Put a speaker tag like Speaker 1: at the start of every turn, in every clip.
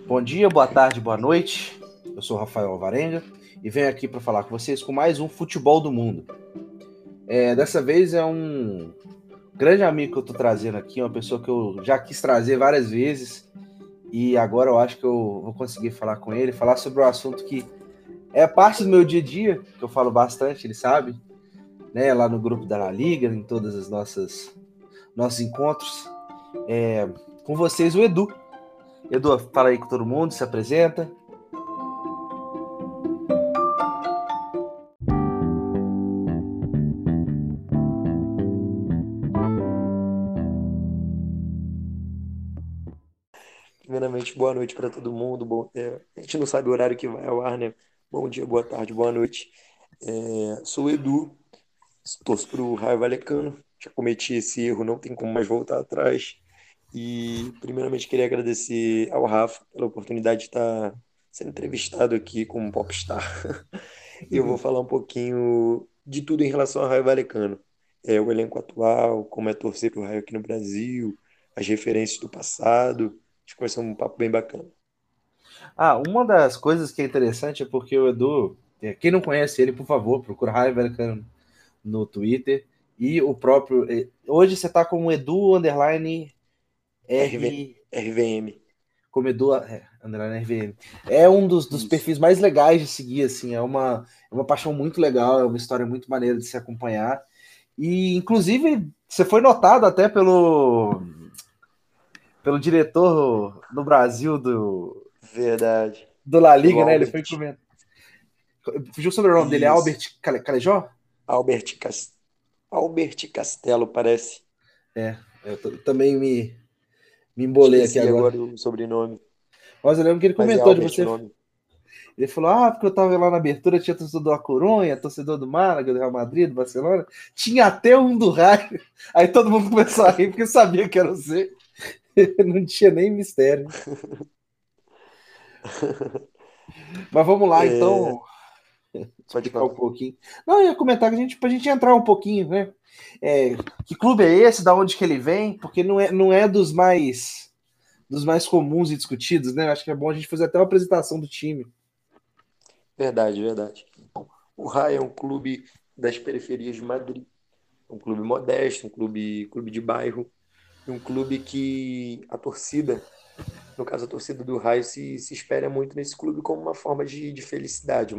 Speaker 1: Bom dia, boa tarde, boa noite. Eu sou o Rafael Alvarenga e venho aqui para falar com vocês com mais um Futebol do Mundo. Dessa vez é um grande amigo que eu estou trazendo aqui, uma pessoa que eu já quis trazer várias vezes e agora eu acho que eu vou conseguir falar com ele, falar sobre um assunto que é parte do meu dia a dia, que eu falo bastante, ele sabe, né? Lá no grupo da La Liga, em todas as nossos encontros. Com vocês, o Edu. Edu, fala aí com todo mundo, se apresenta.
Speaker 2: Primeiramente, boa noite para todo mundo. A gente não sabe o horário que vai ao ar, né? Bom dia, boa tarde, boa noite. Sou o Edu, torço para o Raio Vallecano. Já cometi esse erro, não tem como mais voltar atrás. E, primeiramente, queria agradecer ao Rafa pela oportunidade de estar sendo entrevistado aqui como popstar. E eu vou falar um pouquinho de tudo em relação ao Raio Vallecano. O elenco atual, como é torcer para o Raio aqui no Brasil, as referências do passado. Acho que vai ser um papo bem bacana.
Speaker 1: Uma das coisas que é interessante é porque o Edu, quem não conhece ele, por favor, procura Raio Vallecano no Twitter. E o próprio. Hoje você tá com o Edu underline R.
Speaker 2: RVM.
Speaker 1: Como Edu underline RVM. É um dos
Speaker 2: Isso.
Speaker 1: perfis mais legais de seguir, assim. É uma paixão muito legal, é uma história muito maneira de se acompanhar. E, inclusive, você foi notado até pelo diretor no Brasil
Speaker 2: Verdade.
Speaker 1: do La
Speaker 2: Pelo
Speaker 1: Liga, né? Ele foi
Speaker 2: Albert.
Speaker 1: comentar. Fugiu sobre o nome dele, é
Speaker 2: Isso.
Speaker 1: Albert Calejó?
Speaker 2: Albert, Albert Castelo, parece.
Speaker 1: Eu também me embolei aqui
Speaker 2: Esqueci
Speaker 1: agora.
Speaker 2: agora o sobrenome.
Speaker 1: Mas eu lembro que ele
Speaker 2: Mas é
Speaker 1: comentou de
Speaker 2: Albert o
Speaker 1: você.
Speaker 2: nome.
Speaker 1: Ele falou: porque eu tava lá na abertura, tinha torcedor do A Coruña, torcedor do Málaga, do Real Madrid, do Barcelona. Tinha até um do Raio. Aí todo mundo começou a rir porque sabia que era você. Não tinha nem mistério. Mas vamos lá,
Speaker 2: É,
Speaker 1: então,
Speaker 2: pode
Speaker 1: explicar um
Speaker 2: falar.
Speaker 1: pouquinho. Não, eu ia comentar que pra gente entrar um pouquinho, né? Que clube é esse? Da onde que ele vem? Porque não é dos mais comuns e discutidos, né? Acho que é bom a gente fazer até uma apresentação do time.
Speaker 2: Verdade, verdade. O Raio é um clube das periferias de Madrid. Um clube modesto, um clube de bairro. E um clube que a torcida, no caso a torcida do Raio, se espera muito nesse clube como uma forma de felicidade,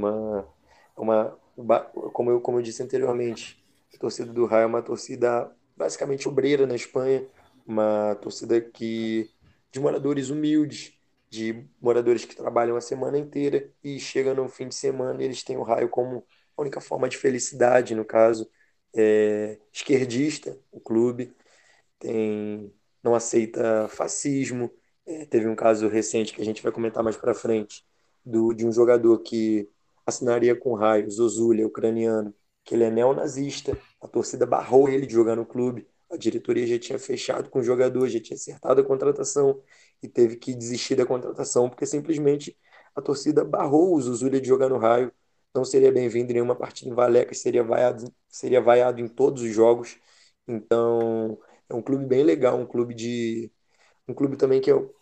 Speaker 2: como eu disse anteriormente, a torcida do Raio é uma torcida basicamente obreira na Espanha, uma torcida de moradores humildes, de moradores que trabalham a semana inteira e chega no fim de semana e eles têm o Raio como a única forma de felicidade, no caso, esquerdista, o clube não aceita fascismo. Teve um caso recente que a gente vai comentar mais para frente de um jogador que assinaria com raio, Zozulha, ucraniano, que ele é neonazista. A torcida barrou ele de jogar no clube. A diretoria já tinha fechado com o jogador, já tinha acertado a contratação e teve que desistir da contratação porque simplesmente a torcida barrou o Zozulha de jogar no Raio. Não seria bem-vindo em nenhuma partida em Vallecas, seria vaiado em todos os jogos. Então, é um clube bem legal, um clube também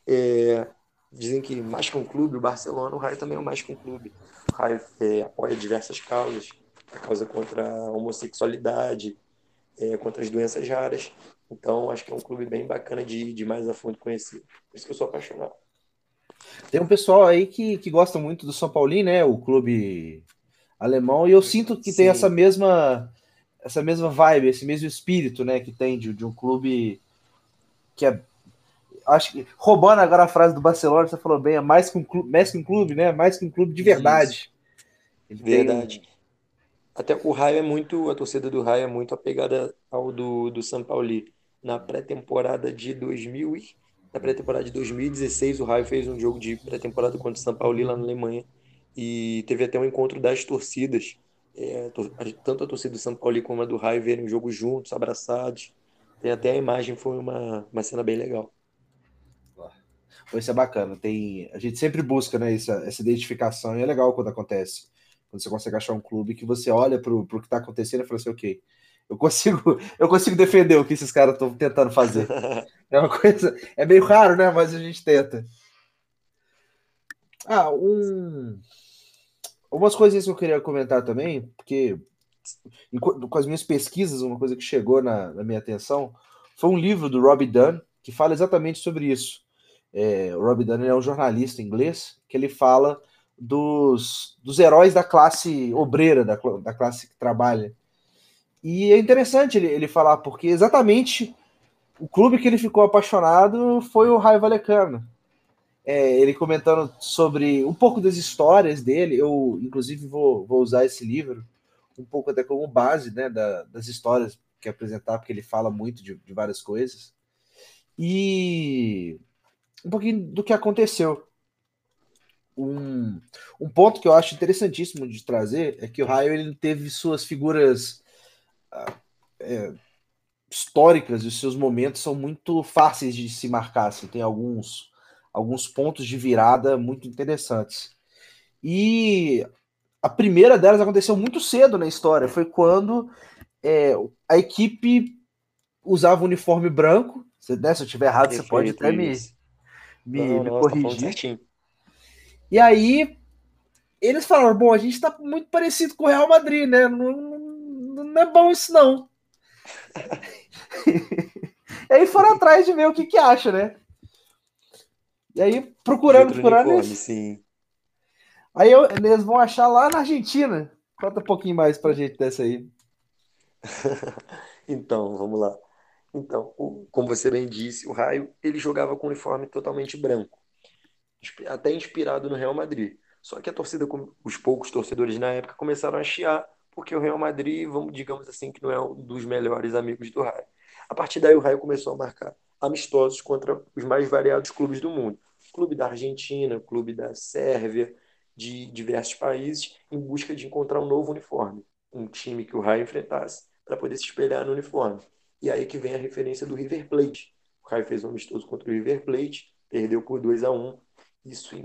Speaker 2: dizem que mais que um clube, o Barcelona, o Raio também é mais que um clube. O Raio apoia diversas causas, a causa contra a homossexualidade, contra as doenças raras. Então, acho que é um clube bem bacana de mais a fundo conhecer. Por isso que eu sou apaixonado.
Speaker 1: Tem um pessoal aí que gosta muito do São Paulo, né? O clube alemão, e eu sinto que tem essa
Speaker 2: Sim,
Speaker 1: mesma vibe, esse mesmo espírito, né? Que tem de um clube que é. Acho que, roubando agora a frase do Barcelona, você falou bem, é mais que um clube, né? Mais que um clube de
Speaker 2: isso,
Speaker 1: verdade. Ele tem
Speaker 2: verdade. Até o Raio a torcida do Raio é muito apegada ao do São Paulo. Na pré-temporada de 2000, na pré-temporada de 2016, o Raio fez um jogo de pré-temporada contra o São Paulo lá na Alemanha e teve até um encontro das torcidas, tanto a torcida do São Paulo como a do Raio verem o jogo juntos, abraçados. Tem até a imagem, foi uma cena bem legal.
Speaker 1: Isso é bacana. A gente sempre busca, né, essa identificação, e é legal quando acontece. Quando você consegue achar um clube que você olha pro que está acontecendo e fala assim, ok, eu consigo defender o que esses caras estão tentando fazer. É uma coisa, é meio raro, né? Mas a gente tenta. Ah, algumas coisinhas que eu queria comentar também, porque com as minhas pesquisas, uma coisa que chegou na minha atenção foi um livro do Rob Dunn que fala exatamente sobre isso. O Rob Dunn é um jornalista inglês que ele fala dos heróis da classe obreira, da classe que trabalha. E é interessante ele falar, porque exatamente o clube que ele ficou apaixonado foi o Raio Vallecano. Ele comentando sobre um pouco das histórias dele, eu inclusive vou usar esse livro um pouco até como base, né, das histórias que apresentar, porque ele fala muito de várias coisas. E um pouquinho do que aconteceu. Um ponto que eu acho interessantíssimo de trazer é que o Raio ele teve suas figuras é, históricas e os seus momentos são muito fáceis de se marcar. Assim, tem alguns pontos de virada muito interessantes. E a primeira delas aconteceu muito cedo na história. Foi quando é, a equipe usava o uniforme branco. Né, se eu estiver errado, você pode
Speaker 2: Perfeito,
Speaker 1: até
Speaker 2: isso. Não,
Speaker 1: me
Speaker 2: não, você tá falando
Speaker 1: corrigir.
Speaker 2: certinho.
Speaker 1: E aí eles falaram: bom, a gente está muito parecido com o Real Madrid, né? Não é bom isso, não. E aí foram atrás de ver o que acha, né? E aí,
Speaker 2: De
Speaker 1: procurando,
Speaker 2: outro
Speaker 1: procurando,
Speaker 2: uniforme, sim.
Speaker 1: aí eles vão achar lá na Argentina. Conta um pouquinho mais pra gente dessa aí.
Speaker 2: Então, vamos lá. Então, como você bem disse, o Raio, ele jogava com uniforme totalmente branco, até inspirado no Real Madrid. Só que a torcida, os poucos torcedores na época começaram a chiar, porque o Real Madrid, vamos, digamos assim, que não é um dos melhores amigos do Raio. A partir daí, o Raio começou a marcar amistosos contra os mais variados clubes do mundo. Clube da Argentina, clube da Sérvia, de diversos países, em busca de encontrar um novo uniforme, um time que o Raio enfrentasse, para poder se espelhar no uniforme. E aí que vem a referência do River Plate. O Raio fez um amistoso contra o River Plate, perdeu por 2-1, isso em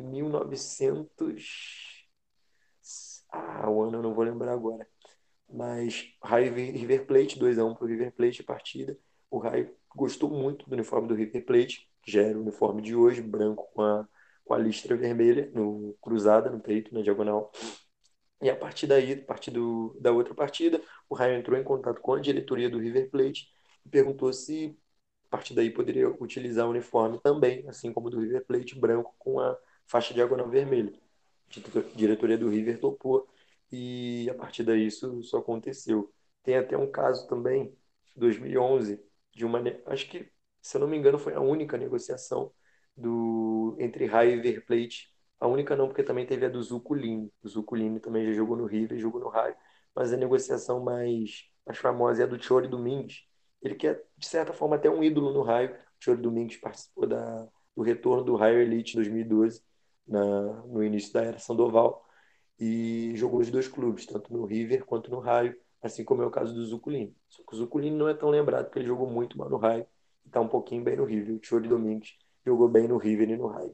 Speaker 2: 1900. O ano eu não vou lembrar agora. Mas Raio e River Plate, 2-1 para o River Plate a partida. O Raio gostou muito do uniforme do River Plate, que já era o uniforme de hoje, branco com a listra vermelha, no, cruzada no peito, na diagonal. E a partir daí, a partir da outra partida, o Raio entrou em contato com a diretoria do River Plate e perguntou se a partir daí poderia utilizar o uniforme também, assim como o do River Plate, branco com a faixa diagonal vermelha. A diretoria do River topou e a partir daí isso aconteceu. Tem até um caso também, 2011, de uma, acho que, se eu não me engano, foi a única negociação entre Raio e River Plate. A única não, porque também teve a do Zuculini. O Zuculini também já jogou no River, jogou no Raio, mas a negociação mais famosa é a do Chori Domingues. Ele que é, de certa forma, até um ídolo no Raio. O Chori Domingues participou do retorno do Raio Elite 2012, no início da era Sandoval, e jogou os dois clubes, tanto no River quanto no Raio, assim como é o caso do Zuculini. Só que o Zuculini não é tão lembrado porque ele jogou muito mal no Raio e está um pouquinho bem no River. O Chori Domingues jogou bem no River e no Raio.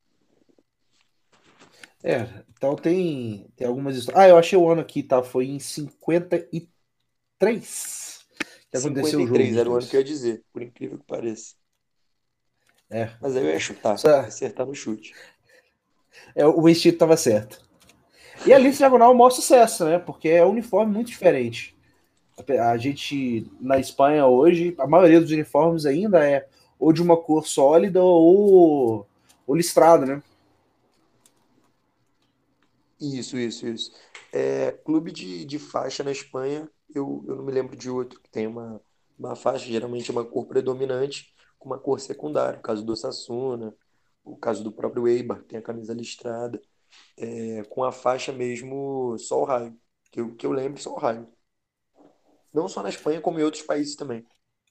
Speaker 1: Então tem algumas histórias. Ah, eu achei o ano aqui, tá? Foi em 53 que aconteceu o jogo
Speaker 2: 53
Speaker 1: dos
Speaker 2: era o ano que eu ia
Speaker 1: dois.
Speaker 2: dizer, por incrível que pareça.
Speaker 1: É,
Speaker 2: Mas aí eu ia chutar,
Speaker 1: só-
Speaker 2: acertar no chute.
Speaker 1: o instinto estava certo. E a lista diagonal mostra sucesso, né? Porque é um uniforme muito diferente. A gente, na Espanha hoje, a maioria dos uniformes ainda é ou de uma cor sólida ou listrado, né?
Speaker 2: Isso, isso, isso. Clube de faixa na Espanha, eu não me lembro de outro que tem uma faixa, geralmente é uma cor predominante, com uma cor secundária. O caso do Osasuna, o caso do próprio Eibar, que tem a camisa listrada, com a faixa mesmo só o raio. Que eu lembro, só o raio. Não só na Espanha, como em outros países também.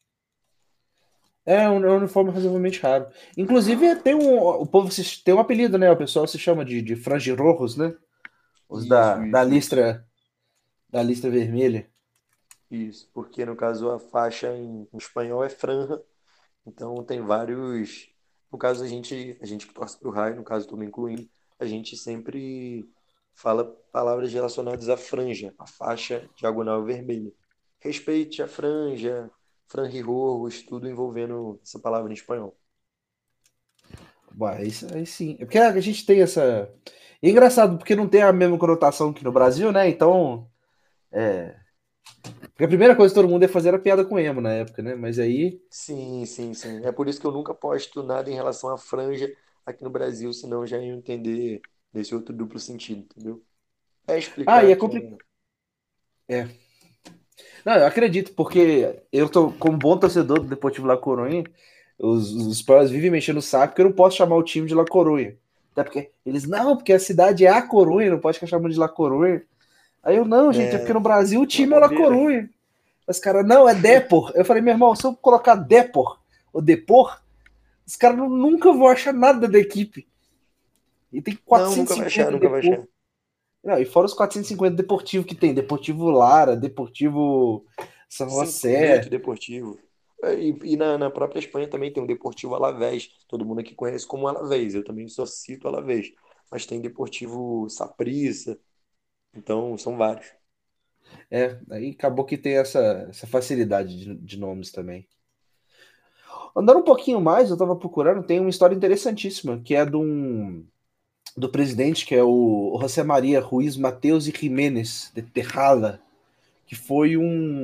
Speaker 1: É um uniforme razoavelmente raro. Inclusive, o povo tem um apelido, né? O pessoal se chama de frangirojos, né? Os
Speaker 2: Isso,
Speaker 1: da
Speaker 2: isso, isso.
Speaker 1: listra vermelha.
Speaker 2: Isso, porque no caso a faixa em espanhol é franja. Então tem vários. No caso, a gente que torce para o Raio, no caso estou me incluindo, a gente sempre fala palavras relacionadas à franja, à faixa diagonal vermelha. Respeite a franja, franjirrojos, tudo envolvendo essa palavra em espanhol.
Speaker 1: Ué, isso aí sim. É porque a gente tem essa. E é engraçado, porque não tem a mesma conotação que no Brasil, né? Então. É. Porque a primeira coisa que todo mundo ia fazer era piada com emo na época, né? Mas aí.
Speaker 2: Sim, sim, sim. É por isso que eu nunca posto nada em relação à franja aqui no Brasil, senão já iam entender desse outro duplo sentido, entendeu? É
Speaker 1: Ah, e
Speaker 2: explicar
Speaker 1: é
Speaker 2: que
Speaker 1: complicado. É. Não, eu acredito, porque eu tô como bom torcedor do Deportivo La Coruña, os Spurs vivem mexendo o saco, porque eu não posso chamar o time de La Coruña. Até porque eles, não, porque a cidade é a Coruña, não pode ficar chamando de La Coruña. Aí eu, não, gente, é porque
Speaker 2: é
Speaker 1: no Brasil o
Speaker 2: uma
Speaker 1: time é La
Speaker 2: bobeira.
Speaker 1: Coruña. Os caras, não, é Depor. Eu falei, meu irmão, se eu colocar Depor ou Depor, os caras nunca vão achar nada da equipe. E tem
Speaker 2: Não, nunca vai achar,
Speaker 1: 450
Speaker 2: nunca vai
Speaker 1: Depor.
Speaker 2: achar.
Speaker 1: Não, e fora os 450 Deportivo que tem, Deportivo Lara, Deportivo São
Speaker 2: Sim, muito
Speaker 1: José.
Speaker 2: deportivo. E na própria Espanha também tem o Deportivo Alavés. Todo mundo aqui conhece como Alavés. Eu também só cito Alavés. Mas tem Deportivo Saprissa. Então, são vários.
Speaker 1: É, aí acabou que tem essa facilidade de nomes também. Andando um pouquinho mais, eu tava procurando, tem uma história interessantíssima, que é do presidente, que é o José Maria Ruiz Mateus e Jiménez de Tejada, que foi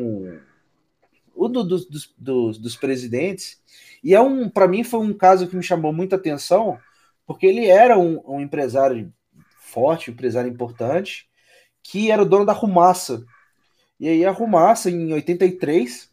Speaker 1: um dos presidentes. E para mim, foi um caso que me chamou muita atenção, porque ele era um empresário forte, um empresário importante, que era o dono da Rumaça. E aí a Rumaça, em 83,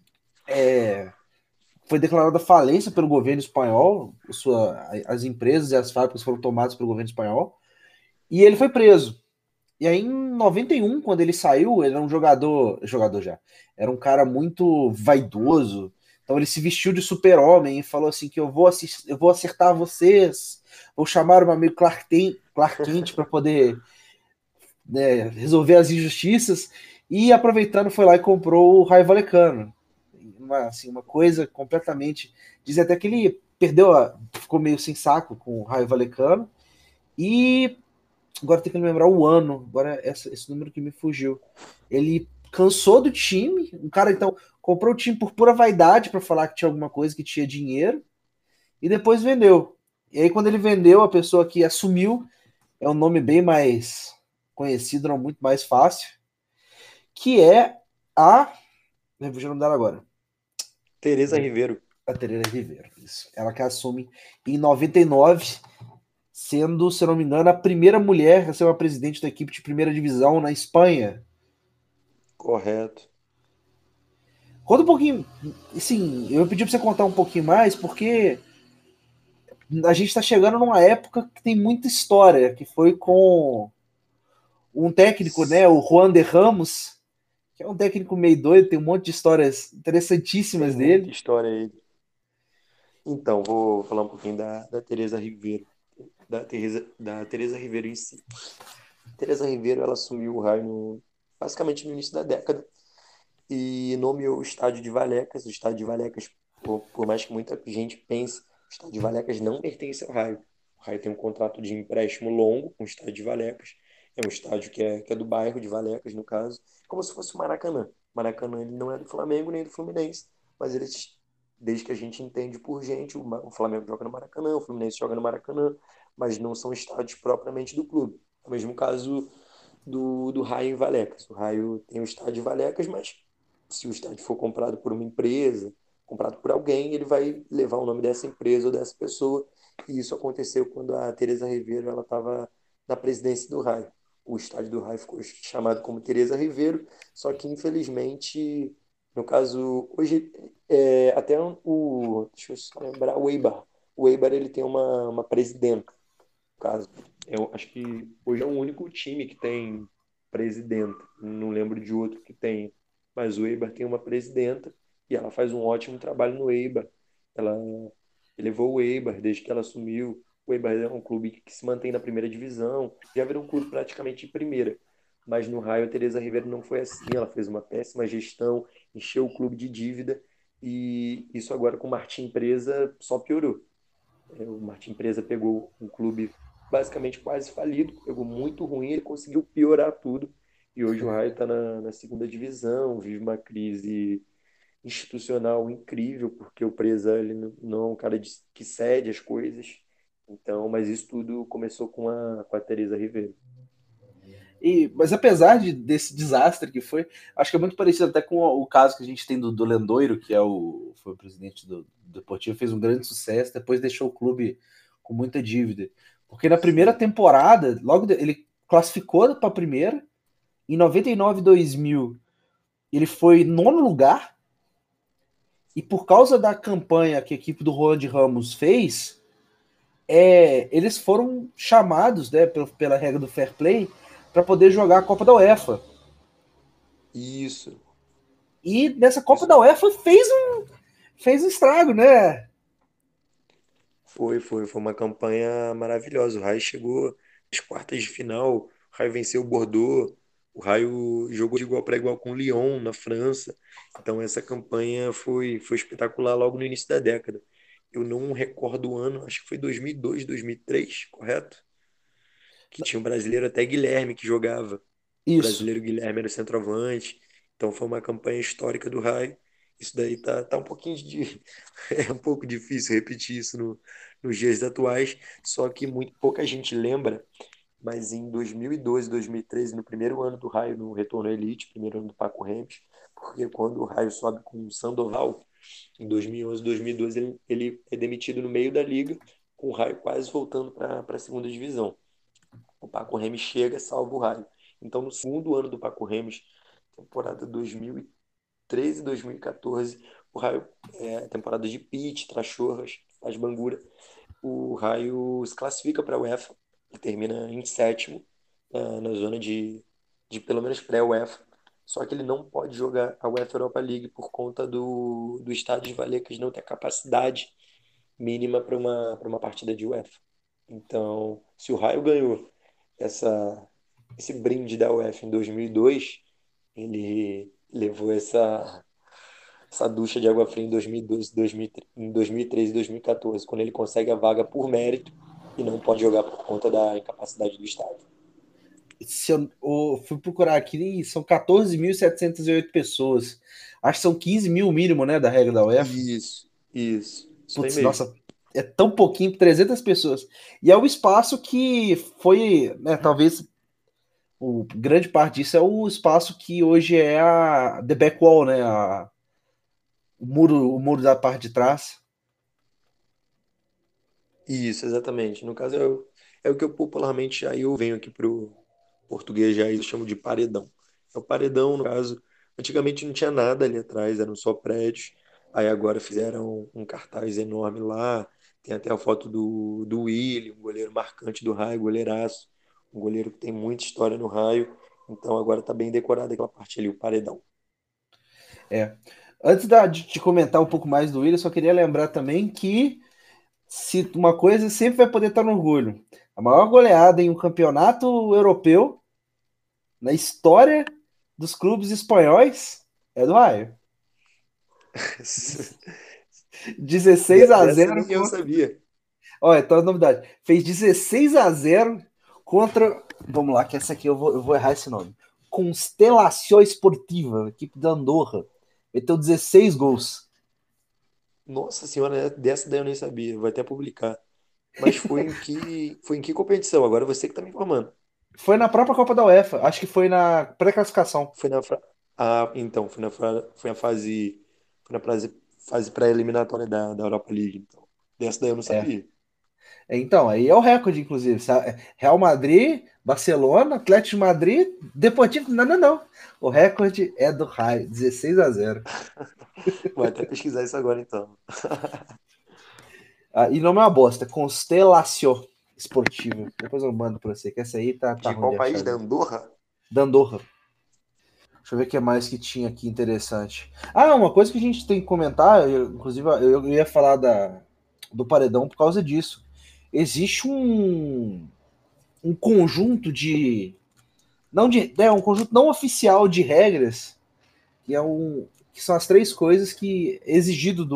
Speaker 1: foi declarada falência pelo governo espanhol, as empresas e as fábricas foram tomadas pelo governo espanhol, e ele foi preso. E aí, em 91, quando ele saiu, ele era um jogador já, era um cara muito vaidoso, então ele se vestiu de super-homem e falou assim que eu vou acertar vocês, vou chamar o meu amigo Clark Kent para poder, né, resolver as injustiças, e aproveitando foi lá e comprou o Raio Valecano. Uma coisa completamente. Diz até que ele ficou meio sem saco com o Raio Valecano. E agora tem que lembrar o ano. Agora esse número que me fugiu. Ele cansou do time. O cara então comprou o time por pura vaidade para falar que tinha alguma coisa, que tinha dinheiro. E depois vendeu. E aí quando ele vendeu, a pessoa que assumiu é um nome bem mais conhecido, não muito mais fácil, que é a. Me fugiu o nome dela agora.
Speaker 2: Tereza Ribeiro.
Speaker 1: A Tereza Ribeiro. Isso. Ela que assume em 99, sendo, se eu não me engano, a primeira mulher a ser uma presidente da equipe de primeira divisão na Espanha.
Speaker 2: Correto.
Speaker 1: Conta um pouquinho. Sim, eu pedi para você contar um pouquinho mais, porque a gente está chegando numa época que tem muita história, que foi com um técnico, né, o Juan de Ramos, que é um técnico meio doido, tem um monte de histórias
Speaker 2: Tem
Speaker 1: interessantíssimas
Speaker 2: muita
Speaker 1: dele.
Speaker 2: história aí. Então, vou falar um pouquinho da Tereza Ribeiro. Da Tereza Ribeiro em si. Tereza Ribeiro, ela assumiu o Raio basicamente no início da década e nomeou o estádio de Vallecas. O estádio de Vallecas, por mais que muita gente pense, o estádio de Vallecas não pertence ao Raio. O Raio tem um contrato de empréstimo longo com o estádio de Vallecas. É um estádio que é do bairro de Vallecas, no caso, como se fosse o Maracanã. O Maracanã ele não é do Flamengo nem do Fluminense, mas eles, desde que a gente entende por gente, o Flamengo joga no Maracanã, o Fluminense joga no Maracanã, mas não são estádios propriamente do clube. É o mesmo caso do Raio em Vallecas. O Raio tem o estádio de Vallecas, mas se o estádio for comprado por uma empresa, comprado por alguém, ele vai levar o nome dessa empresa ou dessa pessoa. E isso aconteceu quando a Teresa Ribeiro ela estava na presidência do Raio. O estádio do Raio ficou chamado como Teresa Ribeiro, só que infelizmente, no caso, hoje até deixa eu só lembrar, o Eibar ele tem uma presidenta, no caso. Eu acho que hoje é o único time que tem presidenta. Não lembro de outro que tenha. Mas o Eibar tem uma presidenta e ela faz um ótimo trabalho no Eibar. Ela elevou o Eibar desde que ela assumiu. O Eibar é um clube que se mantém na primeira divisão. Já virou um clube praticamente em primeira. Mas no Raio, a Teresa Ribeiro não foi assim. Ela fez uma péssima gestão, encheu o clube de dívida. E isso agora com o Martim Empresa só piorou. O Martin Presa pegou um clube basicamente quase falido, pegou muito ruim, ele conseguiu piorar tudo. E hoje o Raio está na segunda divisão, vive uma crise institucional incrível, porque o Presa ele não é um cara que cede as coisas. Então, mas isso tudo começou com a Teresa Ribeiro.
Speaker 1: Mas apesar desse desastre que foi, acho que é muito parecido até com o caso que a gente tem do Lendoiro, que foi o presidente do Deportivo, fez um grande sucesso, depois deixou o clube com muita dívida. Porque na primeira
Speaker 2: Sim.
Speaker 1: temporada, ele classificou para a primeira, em 99 e 2000 ele foi nono lugar, e por causa da campanha que a equipe do Ronald Ramos fez, eles foram chamados, né, pela regra do fair play, para poder jogar a Copa da UEFA.
Speaker 2: Isso.
Speaker 1: E nessa Copa da
Speaker 2: Isso
Speaker 1: UEFA fez um estrago, né?
Speaker 2: foi uma campanha maravilhosa. O Raio chegou às quartas de final, o Raio venceu o Bordeaux, o Raio jogou de igual para igual com o Lyon na França. Então essa campanha foi espetacular logo no início da década. Eu não recordo o ano, acho que foi 2002, 2003, correto? Que tinha um brasileiro até Guilherme que jogava. O
Speaker 1: Isso.
Speaker 2: brasileiro Guilherme era o centroavante. Então foi uma campanha histórica do Raio. Isso daí tá um pouquinho de. É um pouco difícil repetir isso nos dias atuais, só que muito pouca gente lembra, mas em 2012, 2013, no primeiro ano do Raio, no retorno à elite, primeiro ano do Paco Remes, porque quando o Raio sobe com o Sandoval, em 2011, 2012, ele é demitido no meio da liga, com o Raio quase voltando para a segunda divisão. O Paco Remes chega, salva o Raio. Então, no segundo ano do Paco Remes, temporada 2013, 2014, o Raio, temporada de Pitt, Trachorras, faz Bangura, o Raio se classifica para a UEFA, ele termina em sétimo, na zona de pelo menos pré-UEFA, só que ele não pode jogar a UEFA Europa League por conta do estádio de Vallecas não ter capacidade mínima para uma partida de UEFA. Então, se o Raio ganhou essa, esse brinde da UEFA em 2002, ele levou essa ducha de água fria em 2012, 2013, em 2013 e 2014, quando ele consegue a vaga por mérito e não pode jogar por conta da incapacidade do estádio.
Speaker 1: Se eu fui procurar aqui, são 14.708 pessoas. Acho que são 15 mil o mínimo, né, da regra da UEFA.
Speaker 2: Isso aí
Speaker 1: Putz,
Speaker 2: mesmo.
Speaker 1: nossa, é tão pouquinho, 300 pessoas. E é o espaço que foi, né, talvez, grande parte disso é o espaço que hoje é a The Back Wall, né, o muro da parte de trás.
Speaker 2: Isso, exatamente. No caso, é o que eu popularmente aí eu venho aqui pro português já eu chamo de paredão. É o paredão, no caso, antigamente não tinha nada ali atrás, eram só prédios. Aí agora fizeram um cartaz enorme lá, tem até a foto do Willi, um goleiro marcante do Raio, goleiraço, um goleiro que tem muita história no Raio. Então agora tá bem decorada aquela parte ali, o paredão.
Speaker 1: É. Antes de comentar um pouco mais do Willian, só queria lembrar também que se uma coisa sempre vai poder estar no orgulho. A maior goleada em um campeonato europeu na história dos clubes espanhóis é do Raio. 16 a
Speaker 2: Dessa
Speaker 1: 0
Speaker 2: nem eu
Speaker 1: contra.
Speaker 2: sabia.
Speaker 1: Olha, então a novidade. Fez 16 a 0 contra. Vamos lá, que essa aqui eu vou errar esse nome. Constelação Esportiva, equipe da Andorra. Meteu 16 gols.
Speaker 2: Nossa senhora, dessa daí eu nem sabia, vou até publicar. Mas foi em que competição? Agora você que tá me informando.
Speaker 1: Foi na própria Copa da UEFA. Acho que foi na pré-classificação.
Speaker 2: Foi na fra- Ah, então, foi na fase pré-eliminatória da Europa League, então. Dessa daí eu não
Speaker 1: É.
Speaker 2: sabia.
Speaker 1: Então, aí é o recorde, inclusive. Real Madrid, Barcelona, Atlético de Madrid, Deportivo. Não, não, não. O recorde é do Raio, 16 a 0.
Speaker 2: Vou até pesquisar isso agora, então.
Speaker 1: E não é uma bosta, Constelação Esportiva. Depois eu mando pra você, que essa aí tá
Speaker 2: De
Speaker 1: ruim
Speaker 2: qual
Speaker 1: de
Speaker 2: país?
Speaker 1: achar.
Speaker 2: Da Andorra?
Speaker 1: Da Andorra. Deixa eu ver o que mais que tinha aqui interessante. Uma coisa que a gente tem que comentar, inclusive eu ia falar do paredão por causa disso. Existe um conjunto de. Não de. Um conjunto não oficial de regras, que são as três coisas que é exigido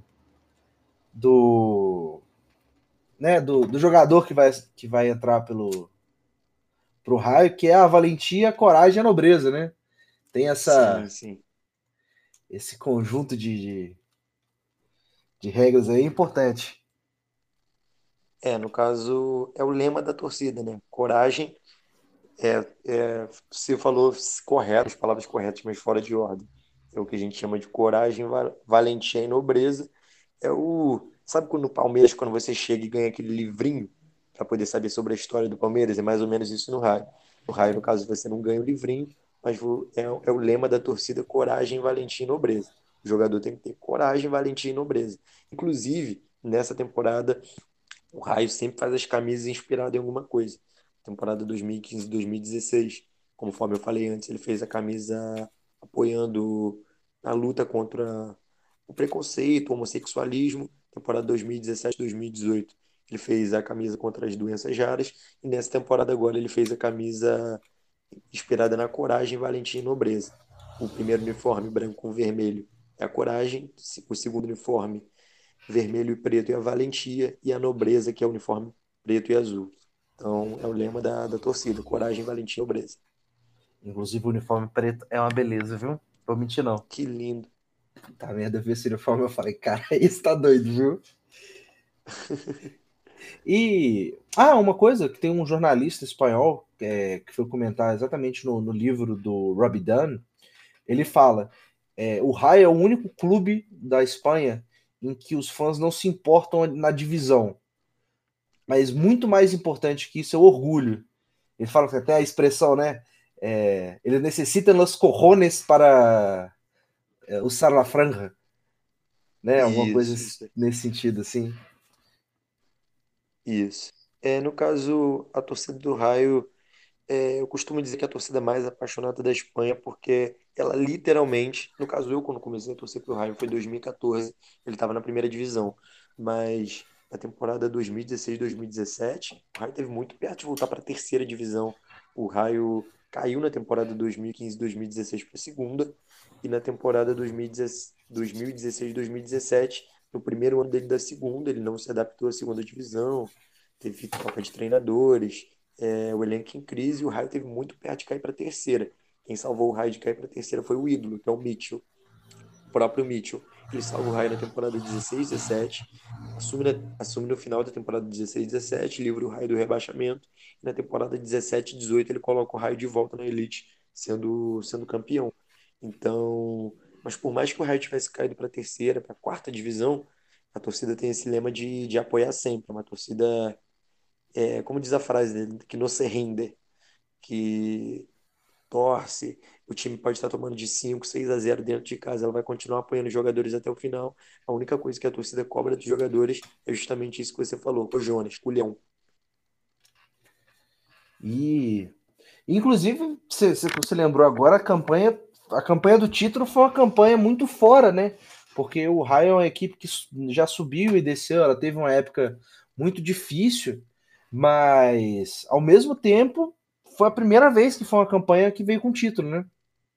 Speaker 1: do, do jogador que vai entrar pro raio, que é a valentia, a coragem e a nobreza, né? Tem
Speaker 2: Sim, sim.
Speaker 1: esse conjunto de regras aí importante.
Speaker 2: No caso, é o lema da torcida, né? Coragem, você falou correto, as palavras corretas, mas fora de ordem. É o que a gente chama de coragem, valentia e nobreza. Sabe quando no Palmeiras, quando você chega e ganha aquele livrinho para poder saber sobre a história do Palmeiras? É mais ou menos isso no Raio. No Raio, no caso, você não ganha o livrinho, mas é o lema da torcida: coragem, valentia e nobreza. O jogador tem que ter coragem, valentia e nobreza. Inclusive, nessa temporada, o Raio sempre faz as camisas inspiradas em alguma coisa. Temporada 2015-2016, conforme eu falei antes, ele fez a camisa apoiando a luta contra o preconceito, o homossexualismo. Temporada 2017-2018, ele fez a camisa contra as doenças raras. E nessa temporada agora ele fez a camisa inspirada na coragem, valentia e nobreza. O primeiro uniforme branco com vermelho é a coragem, o segundo uniforme vermelho e preto é a valentia e a nobreza, que é o uniforme preto e azul. Então, é o lema da torcida: coragem, valentia e nobreza.
Speaker 1: Inclusive, o uniforme preto é uma beleza, viu? Vou mentir, não.
Speaker 2: Que lindo.
Speaker 1: Tá merda, eu vi esse uniforme, eu falei, cara, isso tá doido, viu? E, uma coisa que tem um jornalista espanhol que foi comentar exatamente no livro do Robbie Dunn, ele fala, o Rayo é o único clube da Espanha em que os fãs não se importam na divisão, mas muito mais importante que isso é o orgulho. Ele fala que até a expressão, né, ele necessita los cojones para usar la franja, né, alguma coisa
Speaker 2: Isso,
Speaker 1: nesse sentido, assim.
Speaker 2: isso. No caso, a torcida do Raio, eu costumo dizer que é a torcida mais apaixonada da Espanha, porque ela literalmente, no caso eu, quando comecei a torcer pro Raio, foi em 2014, ele estava na primeira divisão, mas na temporada 2016-2017, o Raio teve muito perto de voltar para a terceira divisão. O Raio caiu na temporada 2015-2016 para a segunda, e na temporada 2016-2017, no primeiro ano dele da segunda, ele não se adaptou à segunda divisão, teve troca de treinadores, o elenco em crise, e o Raio teve muito perto de cair para a terceira. Quem salvou o Raio de cair para a terceira foi o ídolo, que é o Mitchell, o próprio Mitchell. Ele salva o Raio na temporada 16-17, assume no final da temporada 16-17, livra o Raio do rebaixamento, e na temporada 17-18 ele coloca o Raio de volta na elite, sendo campeão. Então, mas por mais que o Raio tivesse caído para a terceira, para a quarta divisão, a torcida tem esse lema de apoiar sempre. É uma torcida, como diz a frase dele, que não se rende, que torce, o time pode estar tomando de 5-6-0 dentro de casa, ela vai continuar apoiando os jogadores até o final. A única coisa que a torcida cobra dos jogadores é justamente isso que você falou, o Jonas, o Leão.
Speaker 1: E, inclusive, você lembrou agora, a campanha do título foi uma campanha muito fora, né? Porque o Raio é uma equipe que já subiu e desceu, ela teve uma época muito difícil, mas ao mesmo tempo foi a primeira vez que foi uma campanha que veio com título, né?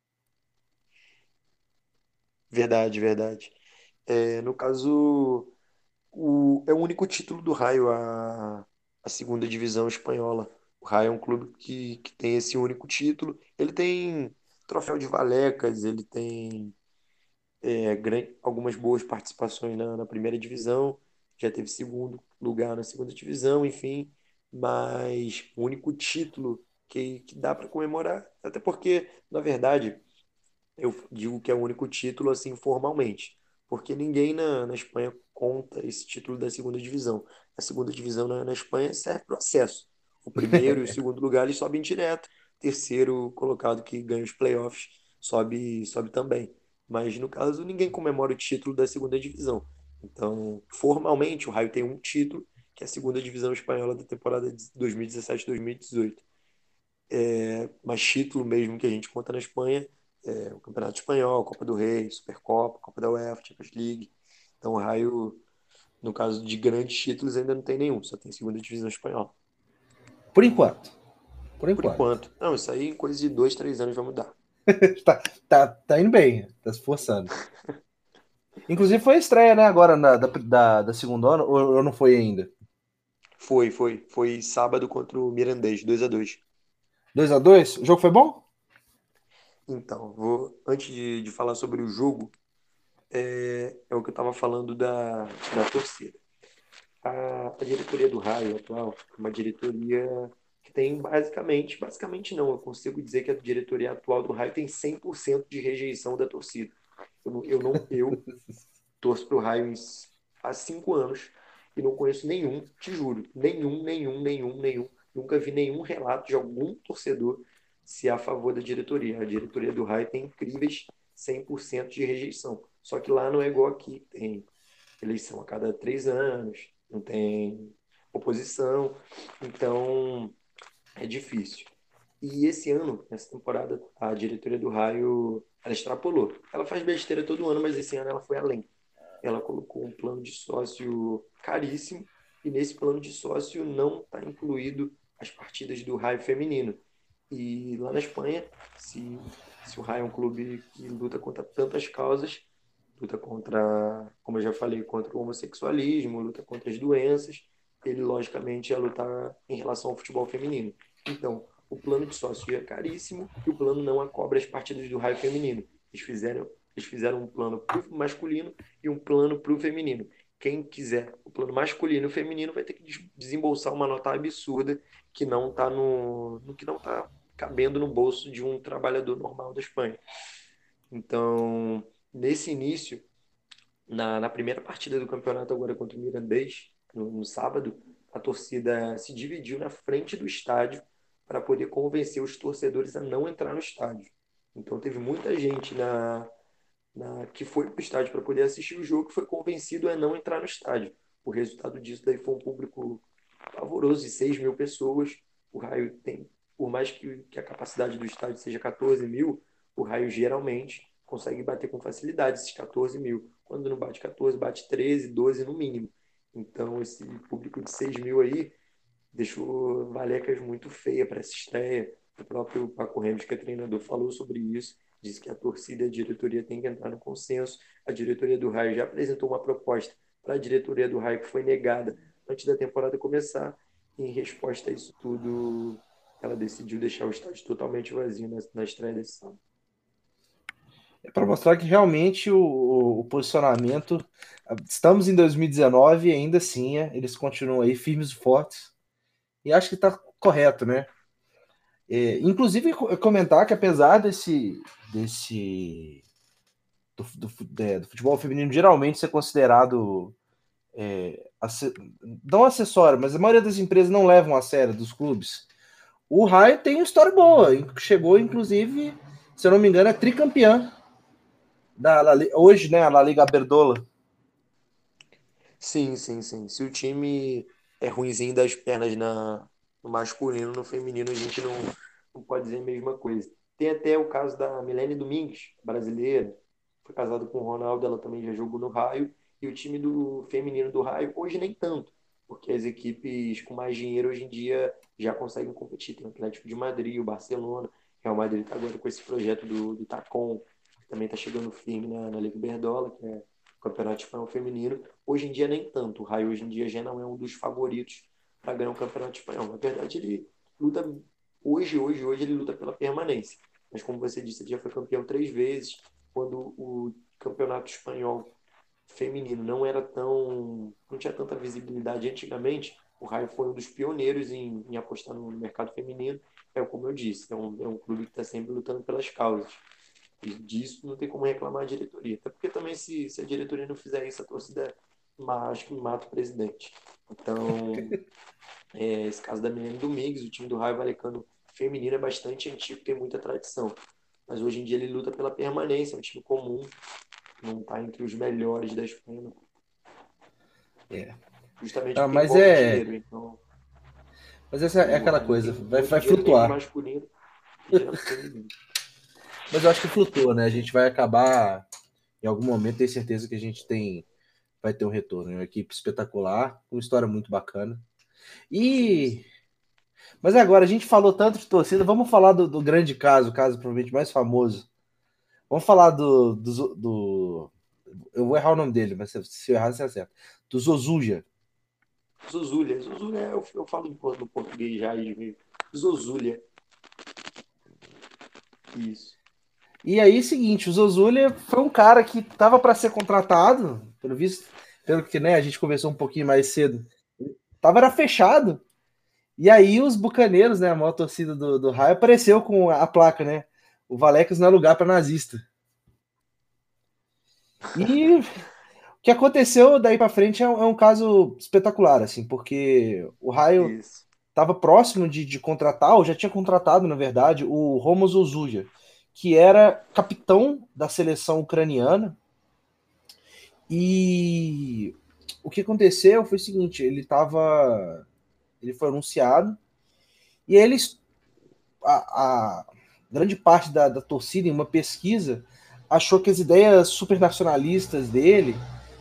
Speaker 2: Verdade, verdade. No caso, é o único título do Raio, a segunda divisão espanhola. O Raio é um clube que tem esse único título. Ele tem troféu de Valecas, ele tem algumas boas participações na primeira divisão, já teve segundo lugar na segunda divisão, enfim, mas o único título que dá para comemorar, até porque, na verdade, eu digo que é o único título assim formalmente, porque ninguém na Espanha conta esse título da segunda divisão. A segunda divisão na Espanha serve para o acesso. O primeiro e o segundo lugar eles sobem direto. Terceiro colocado que ganha os playoffs sobe também. Mas no caso ninguém comemora o título da segunda divisão. Então, formalmente o Raio tem um título, que é a segunda divisão espanhola da temporada de 2017-2018. Mas título mesmo que a gente conta na Espanha o Campeonato Espanhol, Copa do Rei, Supercopa, Copa da UEFA, Champions League. Então o Raio, no caso de grandes títulos, ainda não tem nenhum, só tem segunda divisão espanhola.
Speaker 1: Por enquanto. Por
Speaker 2: Por
Speaker 1: enquanto.
Speaker 2: enquanto. Não, isso aí em coisa de 2, 3 anos vai mudar.
Speaker 1: tá indo bem, tá se esforçando. Inclusive foi a estreia, né, agora da segunda ano, ou não foi ainda?
Speaker 2: Foi sábado contra o Mirandês, 2-2.
Speaker 1: 2-2. O jogo foi bom?
Speaker 2: Então, antes de falar sobre o jogo, é o que eu estava falando da torcida. a diretoria do Raio atual é uma diretoria que tem basicamente não, eu consigo dizer que a diretoria atual do Raio tem 100% de rejeição da torcida. Eu torço para o Raio há 5 anos e não conheço nenhum, te juro, nenhum. Nunca vi nenhum relato de algum torcedor se a favor da diretoria. A diretoria do Raio tem incríveis 100% de rejeição. Só que lá não é igual aqui, tem eleição a cada 3 anos, não tem oposição, então é difícil. E esse ano, nessa temporada, a diretoria do Raio, ela extrapolou. Ela faz besteira todo ano, mas esse ano ela foi além. Ela colocou um plano de sócio caríssimo e nesse plano de sócio não está incluído as partidas do Raio feminino. E lá na Espanha, se o Raio é um clube que luta contra tantas causas, luta contra, como eu já falei, contra o homossexualismo, luta contra as doenças, ele logicamente ia lutar em relação ao futebol feminino. Então, o plano de sócio é caríssimo e o plano não acobra as partidas do Raio feminino. Eles fizeram um plano para o masculino e um plano para o feminino. Quem quiser o plano masculino e o feminino vai ter que desembolsar uma nota absurda que não está que não está cabendo no bolso de um trabalhador normal da Espanha. Então, nesse início, na primeira partida do campeonato agora contra o Mirandês, no sábado, a torcida se dividiu na frente do estádio para poder convencer os torcedores a não entrar no estádio. Então teve muita gente que foi para o estádio para poder assistir o jogo que foi convencido a não entrar no estádio. O resultado disso daí foi um público pavoroso de 6 mil pessoas. O Raio tem, por mais que a capacidade do estádio seja 14 mil, o Raio geralmente consegue bater com facilidade esses 14 mil. Quando não bate 14, bate 13, 12 no mínimo. Então, esse público de 6 mil aí deixou Valecas muito feia para essa estreia. O próprio Paco Remes, que é treinador, falou sobre isso. Disse que a torcida e a diretoria têm que entrar no consenso. A diretoria do Raio já apresentou uma proposta para a diretoria do Raio que foi negada antes da temporada começar. E, em resposta a isso tudo, ela decidiu deixar o estádio totalmente vazio na estreia desse sábado.
Speaker 1: É para mostrar que realmente o posicionamento. Estamos em 2019 e ainda assim eles continuam aí firmes e fortes. E acho que está correto, né? Inclusive, comentar que apesar do futebol feminino geralmente ser considerado não acessório, mas a maioria das empresas não levam a sério dos clubes. O Raio tem uma história boa, chegou inclusive, se eu não me engano, é tricampeã hoje, né, a La Liga Berdola.
Speaker 2: Sim, sim, sim. Se o time é ruinzinho das pernas no masculino, no feminino a gente não pode dizer a mesma coisa. Tem até o caso da Milene Domingues, brasileira, foi casada com o Ronaldo, ela também já jogou no Raio, e o time do feminino do Raio hoje nem tanto, porque as equipes com mais dinheiro hoje em dia já conseguem competir. Tem o Atlético de Madrid, o Barcelona, Real Madrid está agora com esse projeto do Tacon, que também está chegando firme na Liga Berdola, que é o Campeonato Espanhol Feminino. Hoje em dia nem tanto. O Raio hoje em dia já não é um dos favoritos para ganhar o Campeonato Espanhol. Na verdade, ele luta hoje ele luta pela permanência. Mas como você disse, ele já foi campeão 3 vezes. Quando o Campeonato Espanhol feminino não tinha tanta visibilidade antigamente, o Raio foi um dos pioneiros em apostar no mercado feminino. É como eu disse, é um clube que está sempre lutando pelas causas. E disso não tem como reclamar a diretoria. Até porque também, se a diretoria não fizer isso, a torcida acho que mata o presidente. Então, esse caso da Milene Domingues, o time do Raio Valecano feminino é bastante antigo, tem muita tradição. Mas hoje em dia ele luta pela permanência, é um time comum, não está entre os melhores da Espanha. Não. Justamente porque
Speaker 1: Mas
Speaker 2: envolve dinheiro. Então,
Speaker 1: Mas essa é
Speaker 2: o
Speaker 1: aquela
Speaker 2: Raio
Speaker 1: coisa,
Speaker 2: tem
Speaker 1: vai
Speaker 2: muito dinheiro nem no
Speaker 1: flutuar.
Speaker 2: masculino e já no feminino.
Speaker 1: Mas eu acho que flutua, né? A gente vai acabar, em algum momento, tenho certeza que a gente vai ter um retorno. Uma equipe espetacular, uma história muito bacana.
Speaker 2: Sim.
Speaker 1: Mas agora, a gente falou tanto de torcida, vamos falar do grande caso, o caso provavelmente mais famoso. Vamos falar do. Eu vou errar o nome dele, mas se eu errar, você acerta. Do Zozulia.
Speaker 2: Zozulia, eu falo no português já, Zozulia. Isso.
Speaker 1: E aí, seguinte, o Zozulia foi um cara que estava para ser contratado, pelo visto, pelo que né, a gente conversou um pouquinho mais cedo. tava era fechado. E aí os bucaneiros, né, a maior torcida do Raio, apareceu com a placa, né? O Valecas não é lugar para nazista. E o que aconteceu daí para frente é um caso espetacular, assim, porque o Raio
Speaker 2: Isso.
Speaker 1: estava próximo de contratar, ou já tinha contratado, na verdade, o Romo Zozulia, que era capitão da seleção ucraniana. E o que aconteceu foi o seguinte: ele foi anunciado e eles, a grande parte da torcida, em uma pesquisa, achou que as ideias supernacionalistas dele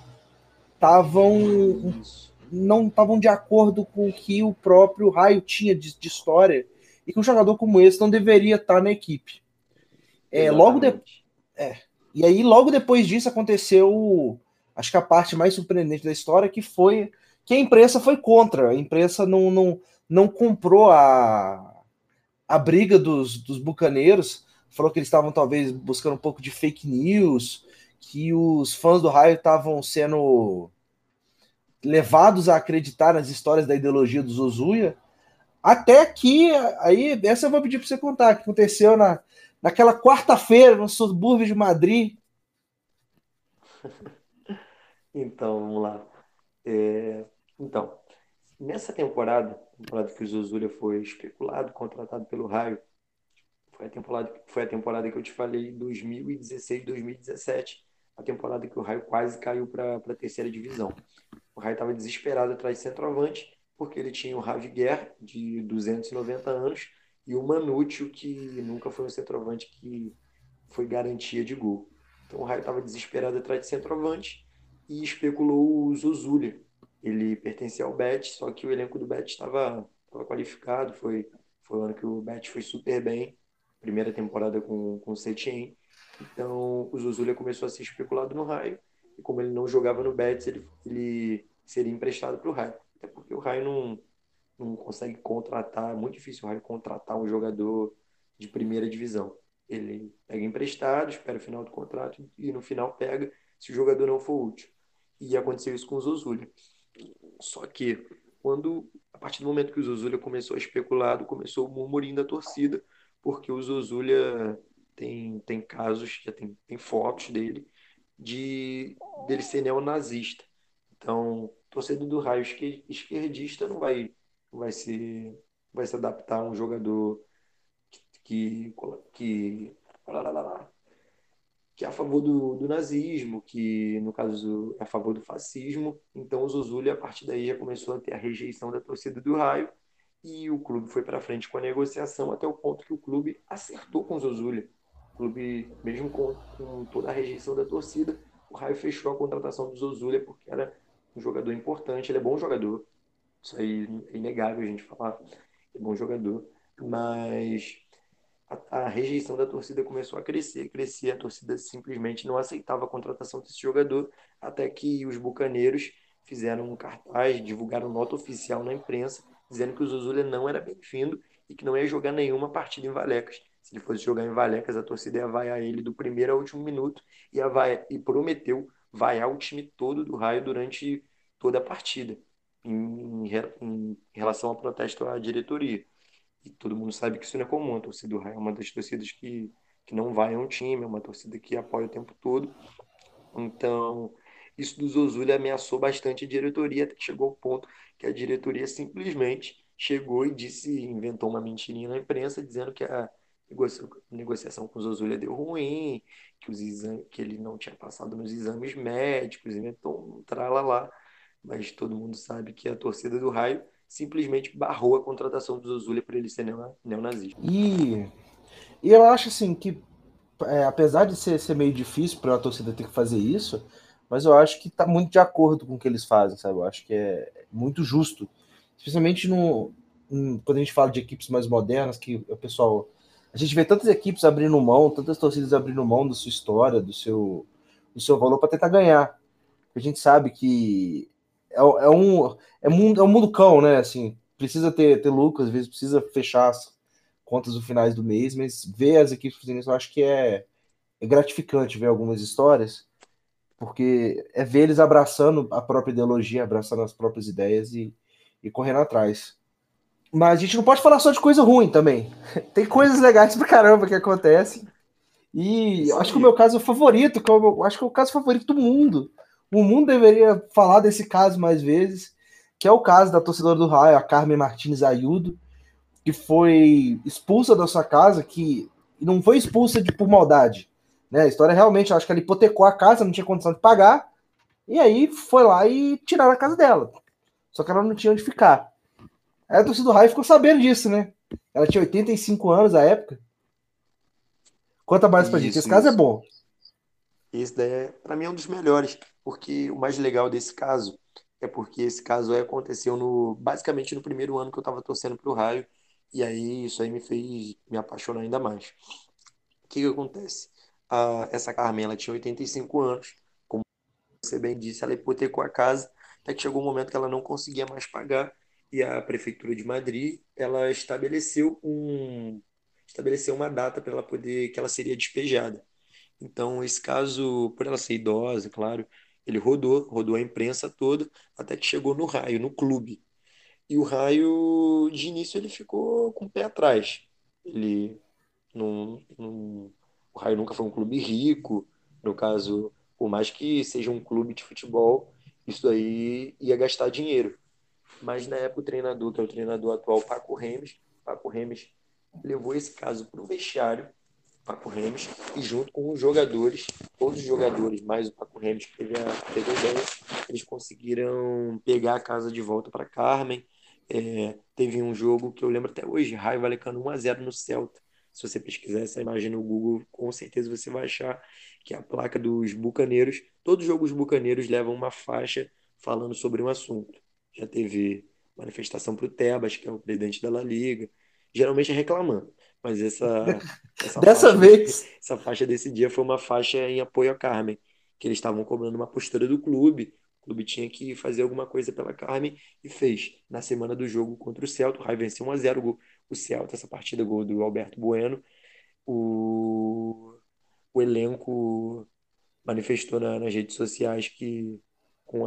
Speaker 1: estavam
Speaker 2: Isso.
Speaker 1: não estavam de acordo com o que o próprio Raio tinha de história e que um jogador como esse não deveria estar na equipe. É, logo de,
Speaker 2: Exatamente.
Speaker 1: é, e aí, logo depois disso, aconteceu, acho que a parte mais surpreendente da história, que foi que a imprensa foi contra. A imprensa não comprou a briga dos bucaneiros, falou que eles estavam talvez buscando um pouco de fake news, que os fãs do Raio estavam sendo levados a acreditar nas histórias da ideologia do Zozuia, até que, aí, essa eu vou pedir para você contar, que aconteceu naquela quarta-feira, no subúrbio de Madrid.
Speaker 2: Então, vamos lá. É, então, nessa temporada que o Zozulia foi especulado, contratado pelo Raio, foi a temporada que eu te falei, 2016, 2017, a temporada que o Raio quase caiu para a terceira divisão. O Raio estava desesperado atrás de centroavante, porque ele tinha o Javier, de 290 anos, e o Manúcio, que nunca foi um centroavante que foi garantia de gol. Então o Raio estava desesperado atrás de centroavante e especulou o Zozulha. Ele pertencia ao Betis, só que o elenco do Betis estava qualificado, foi o ano que o Betis foi super bem, primeira temporada com o Setien. Então o Zozulha começou a ser especulado no Raio, e como ele não jogava no Betis, ele seria emprestado para o Raio. Até porque o Raio não consegue contratar, é muito difícil o Raio contratar um jogador de primeira divisão. Ele pega emprestado, espera o final do contrato e no final pega se o jogador não for útil. E aconteceu isso com o Zozulha. Só que a partir do momento que o Zozulha começou a especular, começou o murmurinho da torcida, porque o Zozulha tem casos, já tem fotos dele ser neonazista. Então, torcedor do Raio esquerdista não vai se adaptar a um jogador que, que, que é a favor do nazismo, que no caso é a favor do fascismo. Então o Zozulli, a partir daí, já começou a ter a rejeição da torcida do Raio e o clube foi para frente com a negociação até o ponto que o clube acertou com o Zozulli. O clube, mesmo com toda a rejeição da torcida, o Raio fechou a contratação do Zozulli porque era um jogador importante, ele é bom jogador. Isso aí é inegável a gente falar. É bom jogador. Mas a rejeição da torcida começou a crescer, a torcida simplesmente não aceitava a contratação desse jogador, até que os bucaneiros fizeram um cartaz, divulgaram nota oficial na imprensa, dizendo que o Zuzulha não era bem-vindo e que não ia jogar nenhuma partida em Valecas. Se ele fosse jogar em Valecas, a torcida ia vaiar ele do primeiro ao último minuto e prometeu vaiar o time todo do Raio durante toda a partida, em relação ao protesto à diretoria. E todo mundo sabe que isso não é comum. A torcida do Raio é uma das torcidas que não vai a um time, é uma torcida que apoia o tempo todo. Então, isso do Zozulli ameaçou bastante a diretoria, até que chegou ao ponto que a diretoria simplesmente chegou e inventou uma mentirinha na imprensa, dizendo que a negociação com o Zozulli deu ruim, que ele não tinha passado nos exames médicos, inventou um tralalá. Mas todo mundo sabe que a torcida do Raio simplesmente barrou a contratação do Zozulli por ele ser neonazista.
Speaker 1: E eu acho assim que, apesar de ser meio difícil para a torcida ter que fazer isso, mas eu acho que está muito de acordo com o que eles fazem, sabe? Eu acho que é muito justo. Especialmente quando a gente fala de equipes mais modernas, que o pessoal. A gente vê tantas equipes abrindo mão, tantas torcidas abrindo mão da sua história, do seu valor para tentar ganhar. A gente sabe que é um mundo cão, né? Assim, precisa ter lucro, às vezes precisa fechar as contas no finais do mês, mas ver as equipes fazendo isso, eu acho que é gratificante ver algumas histórias, porque é ver eles abraçando a própria ideologia, abraçando as próprias ideias, e e correndo atrás. Mas a gente não pode falar só de coisa ruim também. Tem coisas legais pra caramba que acontecem. E eu
Speaker 2: Isso
Speaker 1: acho que o
Speaker 2: aí.
Speaker 1: meu caso favorito, eu acho que é o caso favorito do mundo. O mundo deveria falar desse caso mais vezes, que é o caso da torcedora do Raio, a Carmen Martins Ayudo, que foi expulsa da sua casa, que não foi expulsa por maldade. Né? A história realmente, eu acho que ela hipotecou a casa, não tinha condição de pagar, e aí foi lá e tiraram a casa dela. Só que ela não tinha onde ficar. Aí a torcida do Raio ficou sabendo disso, né? Ela tinha 85 anos à época. Conta mais pra gente. Esse
Speaker 2: Isso,
Speaker 1: caso é
Speaker 2: isso.
Speaker 1: bom.
Speaker 2: Esse daí, para mim, é um dos melhores, porque o mais legal desse caso é porque esse caso aí aconteceu basicamente no primeiro ano que eu estava torcendo para o Raio, e aí isso aí me fez me apaixonar ainda mais. O que que acontece? Essa Carmen, ela tinha 85 anos, como você bem disse, ela hipotecou a casa, até que chegou um momento que ela não conseguia mais pagar, e a Prefeitura de Madrid, ela estabeleceu uma data para ela poder, que ela seria despejada. Então, esse caso, por ela ser idosa, claro, ele rodou a imprensa toda, até que chegou no Raio, no clube. E o Raio, de início, ele ficou com o pé atrás. Ele o Raio nunca foi um clube rico, no caso, por mais que seja um clube de futebol, isso aí ia gastar dinheiro. Mas na época o treinador, que é o treinador atual, Paco Remes levou esse caso para o vestiário, Paco Remes, e junto com os jogadores, todos os jogadores, mais o Paco Remes que teve a ideia, eles conseguiram pegar a casa de volta para Carmen. Teve um jogo que eu lembro até hoje, Raio Vallecano 1-0 no Celta. Se você pesquisar essa imagem no Google, com certeza você vai achar que é a placa dos Bucaneiros. Todos os jogos Bucaneiros levam uma faixa falando sobre um assunto. Já teve manifestação para o Tebas, que é o presidente da La Liga, geralmente é reclamando, mas essa
Speaker 1: Dessa
Speaker 2: faixa,
Speaker 1: vez,
Speaker 2: essa faixa desse dia foi uma faixa em apoio a Carmen, que eles estavam cobrando uma postura do clube. O clube tinha que fazer alguma coisa pela Carmen e fez. Na semana do jogo contra o Celta, o Raio venceu 1-0 o Celta, essa partida, gol do Alberto Bueno. O, o elenco manifestou nas redes sociais que, com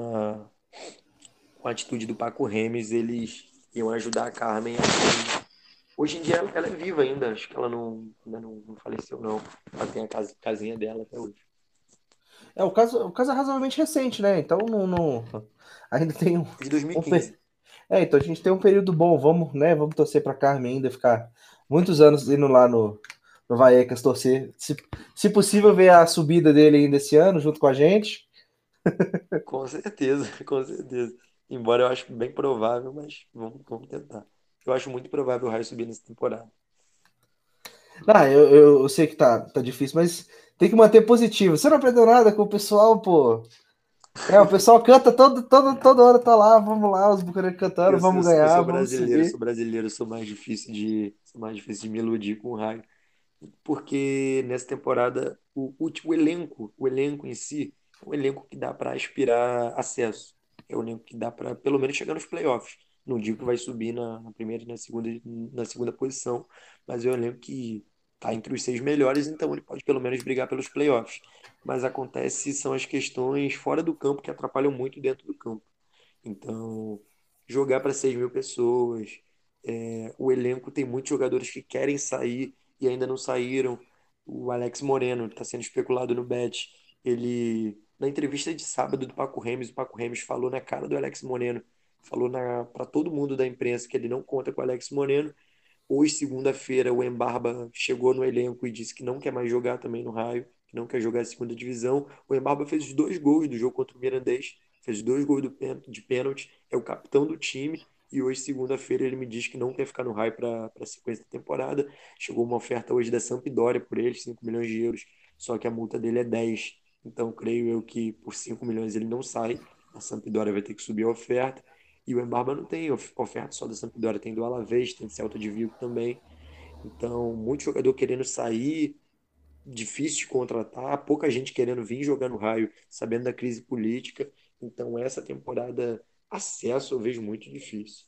Speaker 2: com a atitude do Paco Remes, eles iam ajudar a Carmen. Hoje em dia ela é viva ainda, acho que ela ainda não faleceu, não. Ela tem a casinha dela até hoje.
Speaker 1: o caso é razoavelmente recente, né? Então ainda tem
Speaker 2: De
Speaker 1: um
Speaker 2: 2015.
Speaker 1: então a gente tem um período bom. Vamos, né? Vamos torcer para Carmen ainda ficar muitos anos indo lá no Vallecas torcer. Se possível, ver a subida dele ainda esse ano junto com a gente.
Speaker 2: Com certeza, com certeza. Embora eu acho bem provável, mas vamos tentar. Eu acho muito provável o Raio subir nessa temporada.
Speaker 1: Ah, eu sei que tá difícil, mas tem que manter positivo. Você não aprendeu nada com o pessoal, pô. O pessoal canta toda hora, tá lá, vamos lá, os bucaneiros cantando, vamos
Speaker 2: Eu
Speaker 1: ganhar,
Speaker 2: sou
Speaker 1: vamos
Speaker 2: brasileiro,
Speaker 1: subir.
Speaker 2: sou mais difícil de me iludir com o Raio, porque nessa temporada o elenco em si é um elenco que dá para aspirar acesso. É um elenco que dá para pelo menos chegar nos playoffs. Não digo que vai subir na primeira e na segunda posição, mas é um elenco que está entre os seis melhores, então ele pode pelo menos brigar pelos playoffs. Mas acontece são as questões fora do campo que atrapalham muito dentro do campo. Então, jogar para 6.000 pessoas, o elenco tem muitos jogadores que querem sair e ainda não saíram. O Alex Moreno está sendo especulado no Bet. Ele, na entrevista de sábado do Paco Remes, o Paco Remes falou na cara do Alex Moreno, falou para todo mundo da imprensa que ele não conta com o Alex Moreno. Hoje, segunda-feira, o Embarba chegou no elenco e disse que não quer mais jogar também no Raio, que não quer jogar a segunda divisão. O Embarba fez os dois gols do jogo contra o Mirandês, fez dois gols de pênalti, é o capitão do time. E hoje, segunda-feira, ele me diz que não quer ficar no Raio para a sequência da temporada. Chegou uma oferta hoje da Sampdoria por ele, 5 milhões de euros, só que a multa dele é 10. Então, creio eu que por 5 milhões ele não sai. A Sampdoria vai ter que subir a oferta. E o Embarba não tem oferta só da Sampdoria, tem do Alavés, tem do Celta de Vigo também. Então, muito jogador querendo sair, difícil de contratar, pouca gente querendo vir jogar no Raio, sabendo da crise política. Então, essa temporada, acesso eu vejo muito difícil.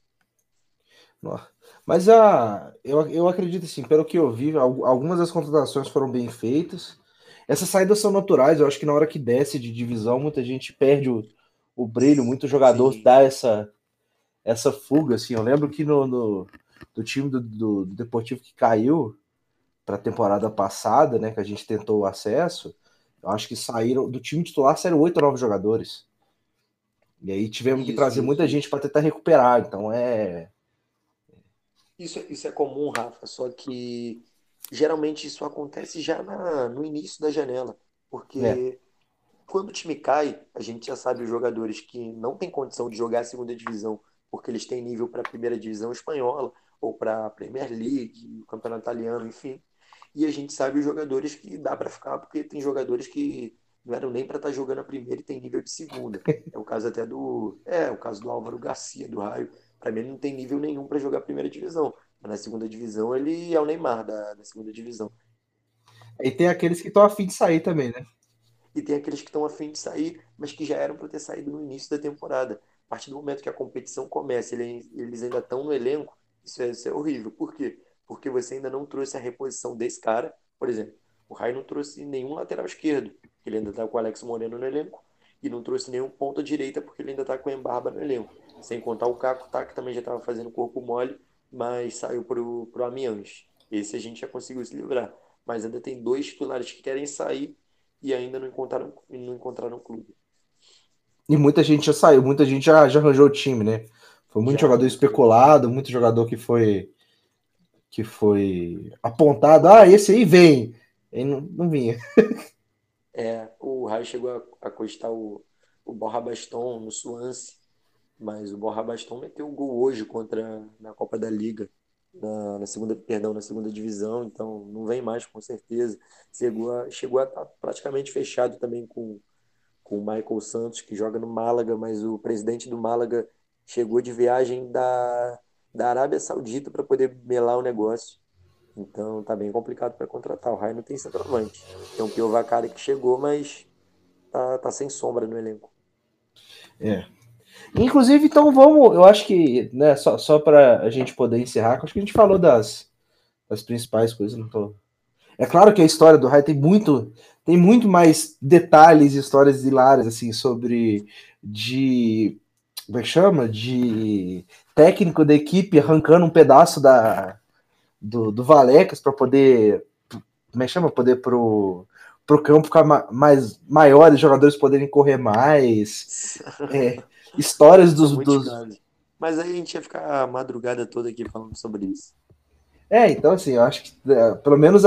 Speaker 1: Mas eu acredito assim, pelo que eu vi, algumas das contratações foram bem feitas. Essas saídas são naturais, eu acho que na hora que desce de divisão, muita gente perde o brilho, muito jogador
Speaker 2: Sim,
Speaker 1: dá essa fuga, assim. Eu lembro que do time do Deportivo que caiu para a temporada passada, né, que a gente tentou o acesso, eu acho que saíram do time titular saíram 8 ou 9 jogadores. E aí tivemos que
Speaker 2: Isso,
Speaker 1: trazer muita
Speaker 2: isso.
Speaker 1: gente para tentar recuperar. Então
Speaker 2: Isso é comum, Rafa, só que geralmente isso acontece já no início da janela,
Speaker 1: é,
Speaker 2: porque quando o time cai, a gente já sabe os jogadores que não têm condição de jogar a segunda divisão, porque eles têm nível para a primeira divisão espanhola, ou para a Premier League, o campeonato italiano, enfim. E a gente sabe os jogadores que dá para ficar, porque tem jogadores que não eram nem para estar jogando a primeira e tem nível de segunda. É o caso até o caso do Álvaro Garcia, do Raio. Para mim, ele não tem nível nenhum para jogar a primeira divisão. Mas na segunda divisão, ele é o Neymar da segunda divisão.
Speaker 1: e tem aqueles que estão afim de sair também, né?
Speaker 2: E tem aqueles que estão a fim de sair, mas que já eram para ter saído no início da temporada. A partir do momento que a competição começa, eles ainda estão no elenco, isso é horrível. Por quê? Porque você ainda não trouxe a reposição desse cara. Por exemplo, o Rai não trouxe nenhum lateral esquerdo, porque ele ainda está com o Alex Moreno no elenco, e não trouxe nenhum ponta direita, porque ele ainda está com o Embarba no elenco. Sem contar o Caco, tá, que também já estava fazendo corpo mole, mas saiu pro Amiens. Esse a gente já conseguiu se livrar. Mas ainda tem dois titulares que querem sair e ainda não encontraram clube.
Speaker 1: E muita gente já saiu, muita gente já arranjou o time, né? Foi muito
Speaker 2: Já,
Speaker 1: jogador
Speaker 2: muito jogador.
Speaker 1: especulado, muito jogador que foi apontado. Ah, esse aí vem. Ele não vinha.
Speaker 2: O Rai chegou a costar o Borja Baston no Swansea, mas o Borja Baston meteu o gol hoje na Copa da Liga, na segunda divisão, então não vem mais com certeza. Chegou a estar praticamente fechado também com o Michael Santos, que joga no Málaga, mas o presidente do Málaga chegou de viagem da Arábia Saudita para poder melar o negócio. Então tá bem complicado para contratar. O Raio não tem centroavante. Tem um Pio Vacari que chegou, mas tá sem sombra no elenco.
Speaker 1: É. Inclusive, então vamos. Eu acho que, né, só para a gente poder encerrar, acho que a gente falou das principais coisas. Não tô... É claro que a história do Rai tem muito mais detalhes e histórias hilárias, assim, sobre de. Como é que chama? De técnico da equipe arrancando um pedaço do Valecas para poder. Como é que chama? Poder pro campo ficar mais maior, os jogadores poderem correr mais. É, histórias
Speaker 2: São
Speaker 1: dos,
Speaker 2: muitos
Speaker 1: dos.
Speaker 2: casos. Mas aí a gente ia ficar a madrugada toda aqui falando sobre isso.
Speaker 1: Então assim, eu acho que pelo menos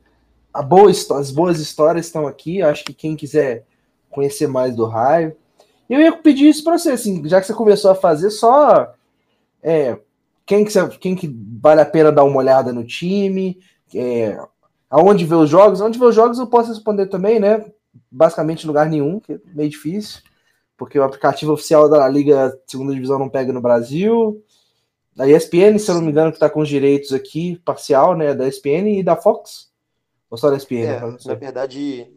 Speaker 1: as boas histórias estão aqui. Eu acho que quem quiser conhecer mais do Raio. Eu ia pedir isso para você, assim, já que você começou a fazer, só é, quem que vale a pena dar uma olhada no time, aonde ver os jogos. Onde ver os jogos eu posso responder também, né? Basicamente em lugar nenhum, que é meio difícil, porque o aplicativo oficial da Liga Segunda Divisão não pega no Brasil. Da ESPN, se eu não me engano,
Speaker 2: Sim.
Speaker 1: que está com os direitos aqui, parcial, né? Da ESPN e da Fox. Ou só da ESPN, agora não
Speaker 2: Na
Speaker 1: sei.
Speaker 2: verdade,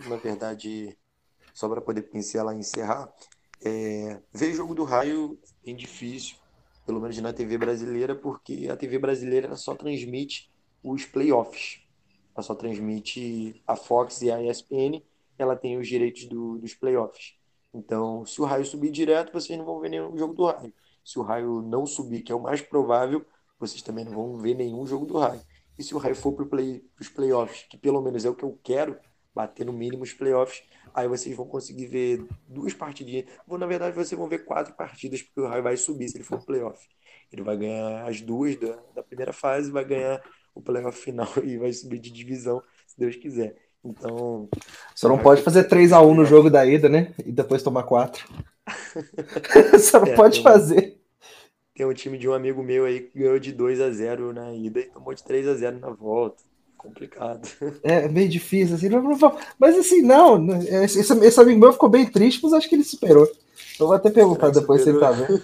Speaker 2: só para poder pincelar e encerrar, ver jogo do Raio é difícil, pelo menos na TV brasileira, porque a TV brasileira ela só transmite os playoffs. Ela só transmite a Fox e a ESPN, ela tem os direitos dos playoffs. Então, se o Raio subir direto, vocês não vão ver nenhum jogo do Raio. Se o Raio não subir, que é o mais provável, vocês também não vão ver nenhum jogo do Raio. E se o Raio for para os playoffs, que pelo menos é o que eu quero, bater no mínimo os playoffs, aí vocês vão conseguir ver duas partidinhas. Na verdade, vocês vão ver quatro partidas, porque o Raio vai subir se ele for pro playoff. Ele vai ganhar as duas da primeira fase, vai ganhar o playoff final e vai subir de divisão, se Deus quiser. Então, se
Speaker 1: Só
Speaker 2: o
Speaker 1: não
Speaker 2: Raio
Speaker 1: pode
Speaker 2: for
Speaker 1: fazer
Speaker 2: pros
Speaker 1: 3-1 no jogo
Speaker 2: playoffs.
Speaker 1: da ida, né? E depois tomar 4. Só não
Speaker 2: É,
Speaker 1: pode fazer.
Speaker 2: tem um time de um amigo meu aí que ganhou de 2-0 na ida e tomou de 3-0 na volta. Complicado.
Speaker 1: É meio difícil, assim. Mas assim, não. Esse amigo meu ficou bem triste, mas acho que ele superou. Eu vou até perguntar
Speaker 2: Será que
Speaker 1: depois se ele
Speaker 2: superou?
Speaker 1: tá vendo.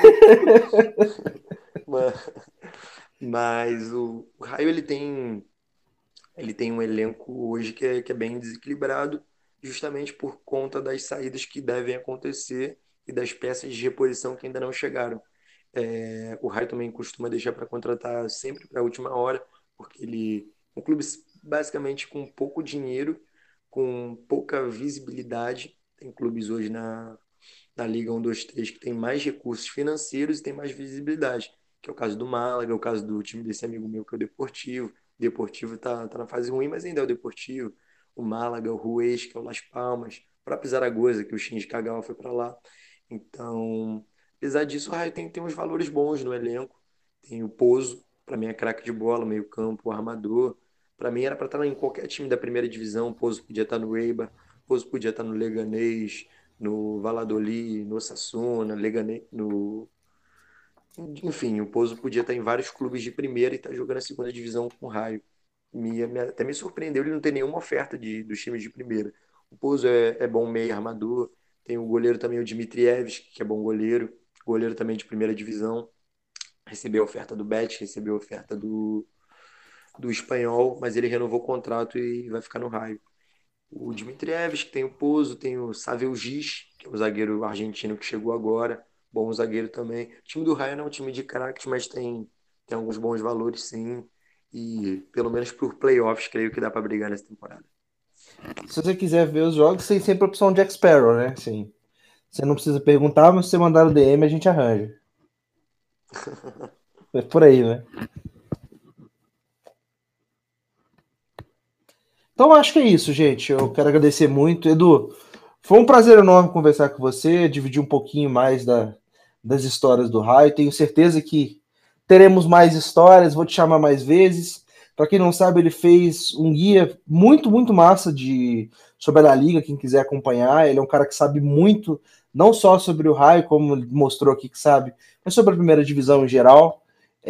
Speaker 2: Mas, mas o Raio ele tem um elenco hoje que é bem desequilibrado, justamente por conta das saídas que devem acontecer e das peças de reposição que ainda não chegaram. O Raio também costuma deixar para contratar sempre para a última hora, porque ele é um clube basicamente com pouco dinheiro, com pouca visibilidade. Tem clubes hoje na na Liga 1, 2, 3 que tem mais recursos financeiros e tem mais visibilidade, que é o caso do Málaga, é o caso do time desse amigo meu que é o Deportivo. O Deportivo tá na fase ruim, mas ainda é o Deportivo. O Málaga, o Ruês, que é o Las Palmas, o próprio Zaragoza, que o Shinji Kagawa foi para lá. Então, apesar disso, o Raio tem uns valores bons no elenco. Tem o Pozo, para mim é craque de bola, meio campo, armador. Para mim era para estar em qualquer time da primeira divisão. O Pozo podia estar no Eibar, o Pozo podia estar no Leganés, no Valladolid, no Osasuna, Leganés, no... Enfim, o Pozo podia estar em vários clubes de primeira e estar jogando a segunda divisão com o Raio. Até me surpreendeu ele não ter nenhuma oferta dos times de primeira. O Pozo é bom meio armador. Tem o goleiro também, o Dmitrievski, que é bom goleiro. Goleiro também de primeira divisão. Recebeu a oferta do Betis, recebeu a oferta do Espanhol, mas ele renovou o contrato e vai ficar no Raio. O Dmitrievski, tem o Pozo, tem o Savel Giz, que é o zagueiro argentino que chegou agora. Bom zagueiro também. O time do Raio não é um time de craques, mas tem alguns bons valores, sim. E pelo menos por playoffs, creio que dá para brigar nessa temporada.
Speaker 1: Se você quiser ver os jogos, tem sempre a opção de Jack Sparrow, né? Assim, você não precisa perguntar, mas se você mandar no DM, a gente arranja. É por aí, né? Então acho que é isso, gente. Eu quero agradecer muito. Edu, foi um prazer enorme conversar com você, dividir um pouquinho mais das histórias do Raio. Tenho certeza que teremos mais histórias, vou te chamar mais vezes. Para quem não sabe, ele fez um guia muito massa sobre a Liga, quem quiser acompanhar. Ele é um cara que sabe muito, não só sobre o Raio, como ele mostrou aqui que sabe, mas sobre a primeira divisão em geral.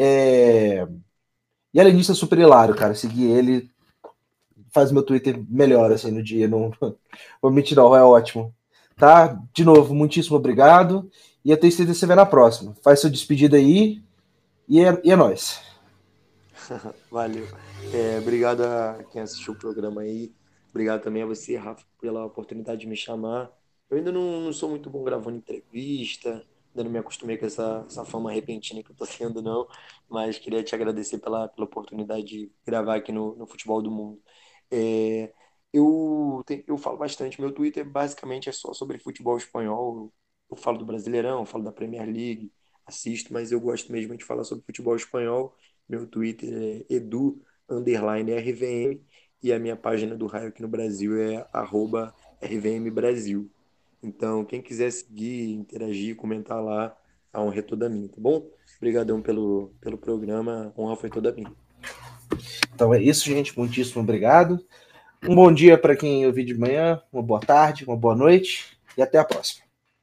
Speaker 1: E além disso, é super hilário, cara. Seguir ele faz meu Twitter melhor, assim, no dia. Não vou mentir, não, é ótimo. Tá? De novo, muitíssimo obrigado. E eu tenho certeza que você vê na próxima. Faz sua despedida aí e é nóis.
Speaker 2: Valeu. Obrigado a quem assistiu o programa aí. Obrigado também a você, Rafa, pela oportunidade de me chamar. Eu ainda não sou muito bom gravando entrevista, ainda não me acostumei com essa fama repentina que eu tô tendo, não. Mas queria te agradecer pela oportunidade de gravar aqui no Futebol do Mundo. É, eu falo bastante. Meu Twitter basicamente é só sobre futebol espanhol. Eu falo do Brasileirão, eu falo da Premier League, assisto, mas eu gosto mesmo de falar sobre futebol espanhol. Meu Twitter é edu_RVM e a minha página do Raio aqui no Brasil é @RVMBrasil. Então, quem quiser seguir, interagir, comentar lá, a honra é toda minha, tá bom? Obrigadão pelo programa, a honra foi toda minha.
Speaker 1: Então é isso, gente. Muitíssimo obrigado. Um bom dia para quem ouviu de manhã, uma boa tarde, uma boa noite e até a próxima.